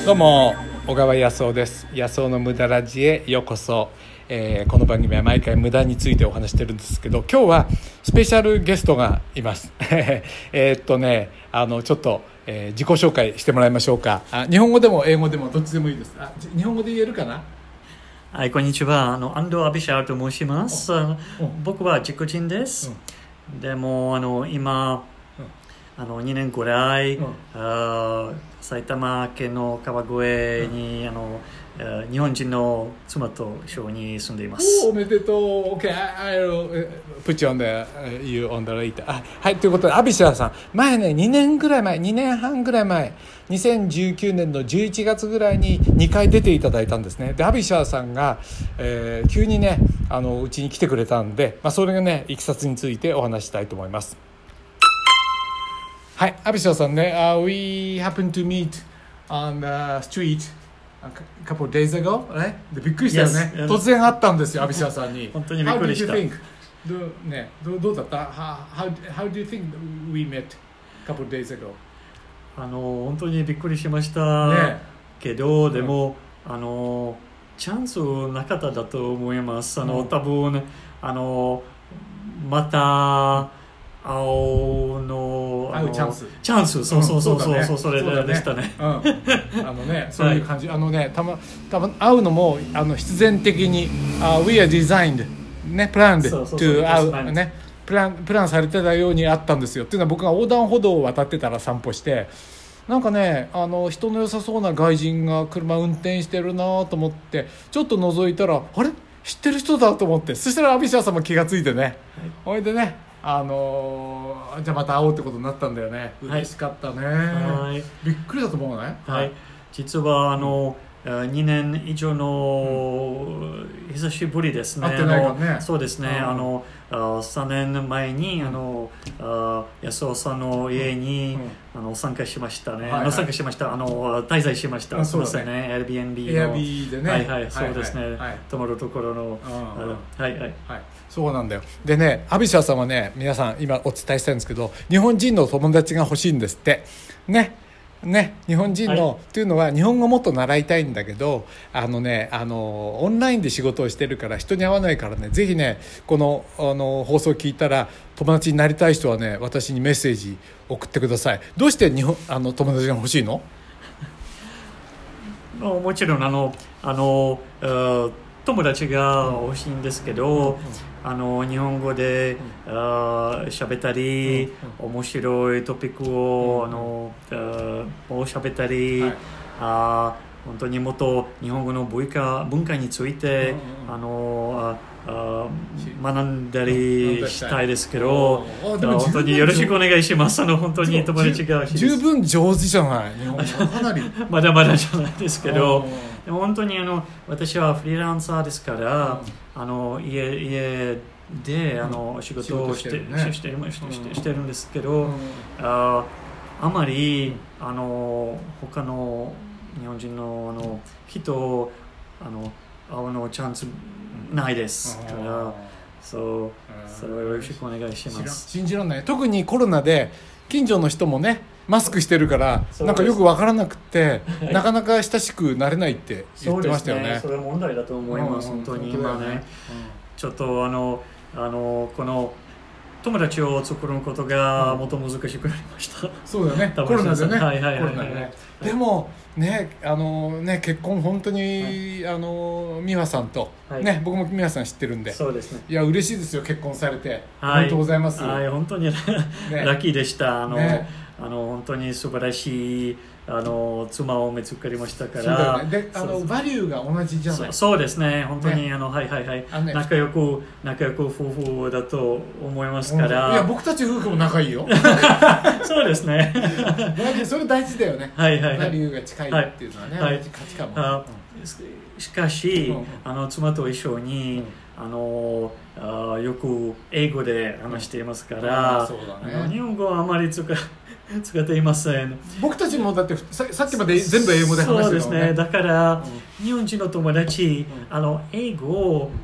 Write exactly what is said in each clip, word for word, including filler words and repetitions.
どうも小川康夫です。康夫の無駄ラジへようこそ。えー、この番組は毎回無駄についてお話してるんですけど、今日はスペシャルゲストがいますえっとねあのちょっと、えー、自己紹介してもらいましょうか。あ、日本語でも英語でもどっちでもいいです。あ、日本語で言えるかな。 はい、こんにちは。あの安藤アビシャーと申します。僕はチェコ人です。うん、でもあの今、うん、あのにねんぐらい、うん、あ埼玉県の川越に、うん、あの日本人の妻と一緒に住んでいます。 おめでとう。 OK, I'll put you on the, you on the later. あ、はい、ということでアビシャーさん、前ねにねんぐらい前にねんはんぐらい前にせんじゅうきゅうねんのじゅういちがつぐらいににかい出ていただいたんですね。でアビシャーさんが、えー、急にねあのうちに来てくれたんで、まあ、それがねいきさつについてお話したいと思います。はい、アビシャーさんね、uh, We happened to meet on the street a couple of days ago、ね、でびっくりしたよね、yes, 突然会ったんですよ、アビシャーさんに。 本当にびっくりした。 How did you think? どう、ね、どう、どうだった？ how, how, how do you think we met a couple of days ago? あの本当にびっくりしました、ね、けど、うん、でもあのチャンスなかっただと思います。あの、うん、多分あのまた会うの会うチャンスチャンスそうそうそうそう、うん、そう、それでしたね。 うん、あのねそういう感じ、はい、あのねたま多分会うのもあの必然的に、uh, We are designed ね planned to 会うねプランプランされてたようにあったんですよ。っていうのは僕が横断歩道を渡ってたら散歩して、なんかねあの人の良さそうな外人が車運転してるなと思ってちょっと覗いたら、あれ知ってる人だと思って、そしたらアビシャーさんも気がついてね、ほいでねあのー、じゃあまた会おうってことになったんだよね。嬉しかったね。はい、びっくりだと思うね。 はい、実はあの、うん、にねん以上の、うん、久しぶりですね。 会ってないからね。 そうですね、うん、あのさんねんまえにあの安尾さんの家に、うん、あの参加しましたね。はいはい、あの参加しましたあの滞在しました。そうですね、 Airbnb の Airbnb でね、 はいはい、そうですね、はい、泊まるところの、うん、はいはいはい、 そうなんだよ。でねアビシャーさんはね、皆さん今お伝えしたいんですけど、日本人の友達が欲しいんですってね。ね、日本人の、はい、っていうのは日本語もっと習いたいんだけど、あのねあのオンラインで仕事をしてるから人に会わないからね、ぜひねこの、あの放送を聞いたら友達になりたい人はね私にメッセージ送ってください。どうして日本あの友達が欲しいの？ もちろんあのあの友達が欲しいんですけど、うんうん、あの日本語で喋、うん、ったり、うんうん、面白いトピックを、うん、あのを喋ったり、はい、あ本当にもっと日本語の文化文化について、うんうん、あのあ学んだりしたいですけど、うん、本当によろしくお願いします。あの本当に友達が欲しいです。 十分上手じゃない日本語かなりまだまだじゃないですけど、でも本当にあの私はフリーランサーですから、うん、あの 家, 家であの、うん、仕事をして、ね、して, して, して, してるんですけど、うん、あ, あまりあの他の日本人 の, あの人あの会うのチャンスないですから、そうそれはよろしくお願いします。 信じらんない。特にコロナで近所の人もねマスクしてるからなんかよく分からなくてなかなか親しくなれないって言ってましたよね。 そうですね、それは問題だと思います、うん、本当に今ね、うん、ちょっとあのあのこの友達を作ることがもっと難しくなりました、うん、そうだねコロナでね、 はいはいはいはい、 でもねあのね結婚本当に、はい、あの美和さんと、はいね、僕も美和さん知ってるんで、 そうですね、 いや嬉しいですよ結婚されて、 はい、 ありがとうございます。 はい、本当に、ね、ラッキーでした。あの、ね、あの本当に素晴らしいあの妻を見つかりましたから。そうだよね。で、あのバリューが同じじゃない。そ, そうですね、本当に、ね、あのはいはいはい、ね、仲良く仲良く夫婦だと思いますから。 いや僕たち夫婦も仲いいよ。 そうですね。 それ大事だよね。 はいはいはい、 バリューが近いっていうのはね、はい、同じ価値観も、 あ、うん、しかし、うん、あの妻と一緒に、うん、あのあよく英語で話していますから、うん、そうだね、あの日本語はあまり使使っていません。 僕たちもだって さ, さっきまで全部英語で話してるのね。 そうですね。だから、うん、日本人の友達、うん、あの英語を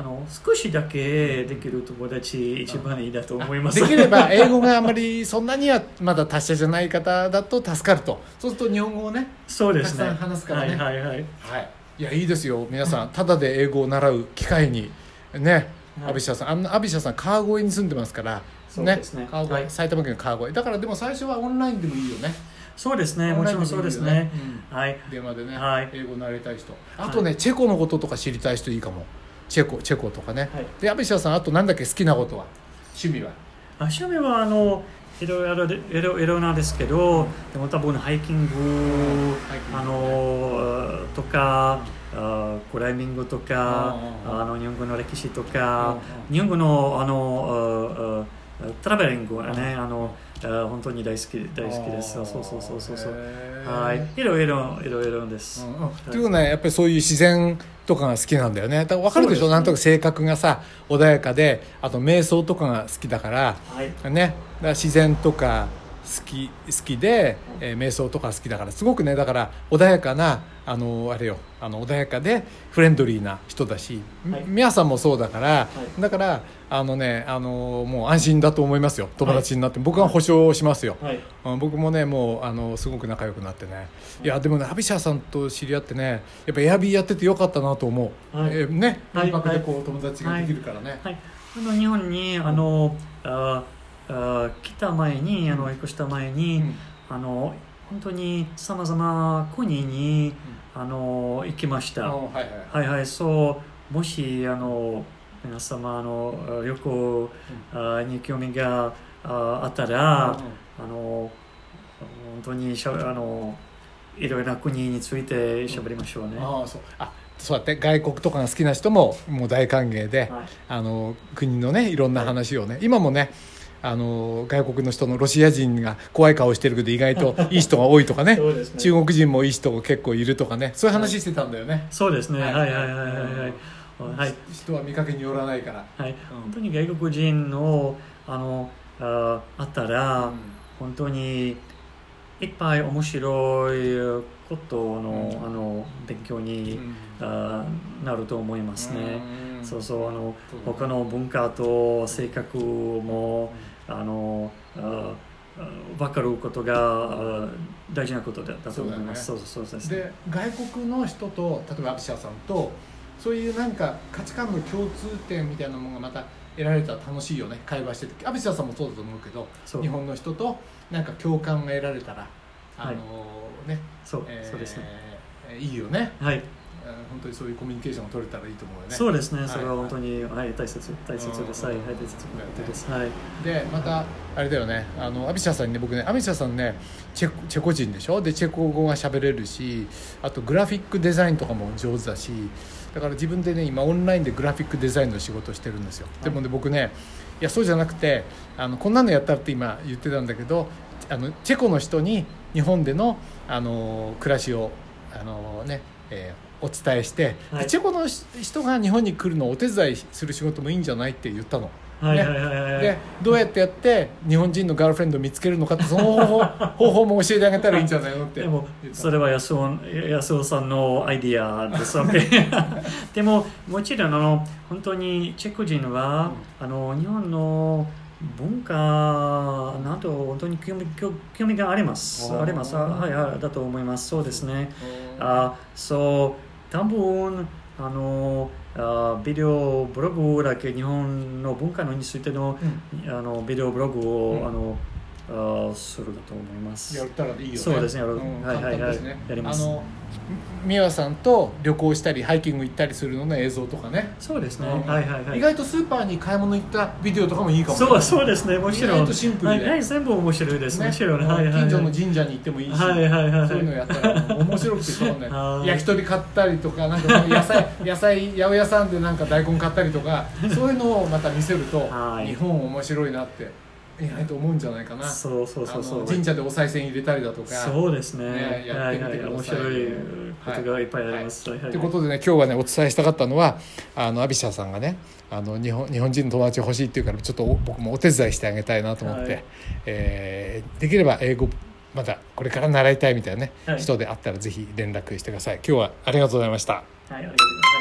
あの少しだけできる友達一番いいだと思います。 できれば英語があまりそんなにはまだ達者じゃない方だと助かると。そうすると日本語をね、 そうですね、 たくさん話すからね。 はいはいはい、 はい、いやいいですよ皆さん、ただで英語を習う機会にね、はい、アビシャさん、あのアビシャさん川越に住んでますからそうですね、 川越、はい、埼玉県川越だから。でも最初はオンラインでもいいよね。 そうですね、もちろんそうですね、 うん、 はい、 電話でね、 はい、 英語習いたい人、あとね、はい、チェコのこととか知りたい人いいかも。チェコチェコとかね、はい、でアビシャさんあとなんだっけ好きなことは、趣味は？ あ趣味はあのいろいろいろいろなんですけど、でも多分ハイキング、あのとか、あクライミングとか、あの日本語の歴史とか、日本語のあのトラベリングはね、あの本当に大好き大好きです。そうそうそうそうそう。はい、いろいろいろいろです。 うんうん、というのはやっぱりそういう自然とかが好きなんだよね。だから分かるでしょ。なんとか性格がさ穏やかで、あと瞑想とかが好きだから、はい、ね。だから自然とか好き好きで、えー、瞑想とか好きだからすごくね、だから穏やかなあのあれよあの穏やかでフレンドリーな人だし、はい、皆さんもそうだから、はい、だからあのねあのもう安心だと思いますよ。友達になって、はい、僕は保証しますよ。はい、うん、僕もねもうあのすごく仲良くなってね。はい、いやでもねアビシャさんと知り合ってね、やっぱエアビーやっててよかったなと思う。はい、えー、ね民泊でこう友達ができるからね。 はいはい、あの日本にあのああ来た前にあの引っ越した前に、うん、あの本当にさまざまな国に、うん、あの行きました。はいはい、はいはい、そうもしあの皆様の旅行、うん、に興味があったら、うん、あの本当にしゃあのいろいろな国について喋りましょうね。うん、あそうあそうやって外国とかが好きな人ももう大歓迎で、はい、あの国のねいろんな話をね、はい、今もねあの外国の人のロシア人が怖い顔してるけど意外といい人が多いとか ね, ね中国人もいい人が結構いるとかね、そういう話してたんだよね。はい、そうですね、はいはいはいはいはい、はい、人は見かけによらないから、はい、うん、本当に外国人のあのああったら、うん、本当にいっぱい面白いことの、うん、あの勉強に、うん、あなると思いますね。うん、そうそうあの他の文化と性格も、うん、あのあ分かることが大事なことだと思います。そうそうそうですね。 で外国の人と例えばアビシャさんとそういうなんか価値観の共通点みたいなものがまた得られたら楽しいよね。会話しててアビシャさんもそうだと思うけど、日本の人となんか共感が得られたらあのー、ね、 そう、えー、そうですね。 いいよね。 はい。 本当にそういうコミュニケーションが取れたらいいと思うよね。 そうですね。それは本当に、はいはい、大切大切です。はい、大切です。はい。 でまたあれだよね。あのアビシャさんにね僕ねアビシャさんねチェコチェコ人でしょ。でチェコ語が喋れるし、あとグラフィックデザインとかも上手だし、だから自分でね今オンラインでグラフィックデザインの仕事をしてるんですよ。でもね僕ねいやそうじゃなくてあのこんなのやったって今言ってたんだけど、あのチェコの人に日本でのあの暮らしをあのね、えーお伝えして、はい、チェコの人が日本に来るのをお手伝いする仕事もいいんじゃないって言ったの。はいはいはいはい、でどうやってやって日本人のガールフレンドを見つけるのかってその方法方法も教えてあげたらいいんじゃないのってでもそれは安尾、安尾さんのアイディアですわけでももちろんあの本当にチェコ人は、うん、あの日本の文化など本当に興味、興味がありますありますはいはいだと思います。そうですね。あそう多分あのあビデオブログだけ日本の文化についての、うん、あのビデオブログを、うん、あのあするだと思います。 やったらいいよね。 そうですね。 うん、 はいはいはい、ね、やります。あの美和さんと旅行したりハイキング行ったりするのの映像とかね。 そうですね、うんはいはいはい、 意外とスーパーに買い物行ったビデオとかもいいかも、ね、 そうそうですね。もちろん意外とシンプルで、 はい、全部面白いですね。もちろん、 はいはいはい、近所の神社に行ってもいいし、はいはいはい、そういうのやったら面白くてしょうがない焼き鳥買ったりとかなんか野菜野菜八百屋さんでなんか大根買ったりとかそういうのをまた見せると、はい、日本面白いなって意外と思うんじゃないかな。 そうそうそうそう。 神社でお賽銭入れたりだとか。 そうですね。ねやってみてください。はいはい、面白いことがいっぱいあります。と、はいはい、 いうことでね、今日はねお伝えしたかったのはあのアビシャさんがねあの日本日本人の友達欲しいっていうからちょっと僕もお手伝いしてあげたいなと思って、はい、えー、できれば英語まだこれから習いたいみたいなね、はい、人であったらぜひ連絡してください。今日はありがとうございました。はい、ありがとうございます。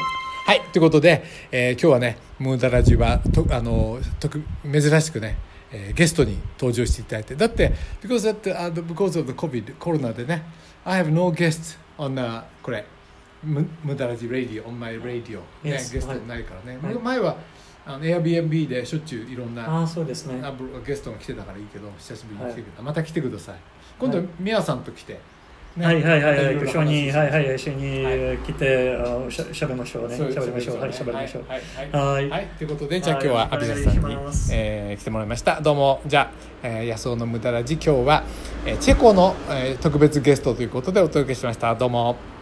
はいということで、えー、今日はねムーダラジはとあの特珍しくね、えー、ゲストに登場していただいて、だって because, that, uh, because of the COVID コロナでね I have no guests on、uh, これムーダラジ radio on my radio、ね yes, ゲストないからね、はい、前はあの Airbnb でしょっちゅういろんなあそうです、ね、 ゲストが来てたからいいけど久しぶりに来てくれた、はい、また来てください今度、はい、ミヤさんと来て、 ね、はいはいはいはい一緒にはいはい一緒に来て、はい、しゃしゃべりましょうねしゃべりましょうはいしゃべりましょうはいはいはいということでじゃあ今日はアビザさんに、えー、来てもらいました。どうもじゃあ、えー、安尾のムダラジ今日は、えー、チェコの、えー、特別ゲストということでお届けしました。どうも。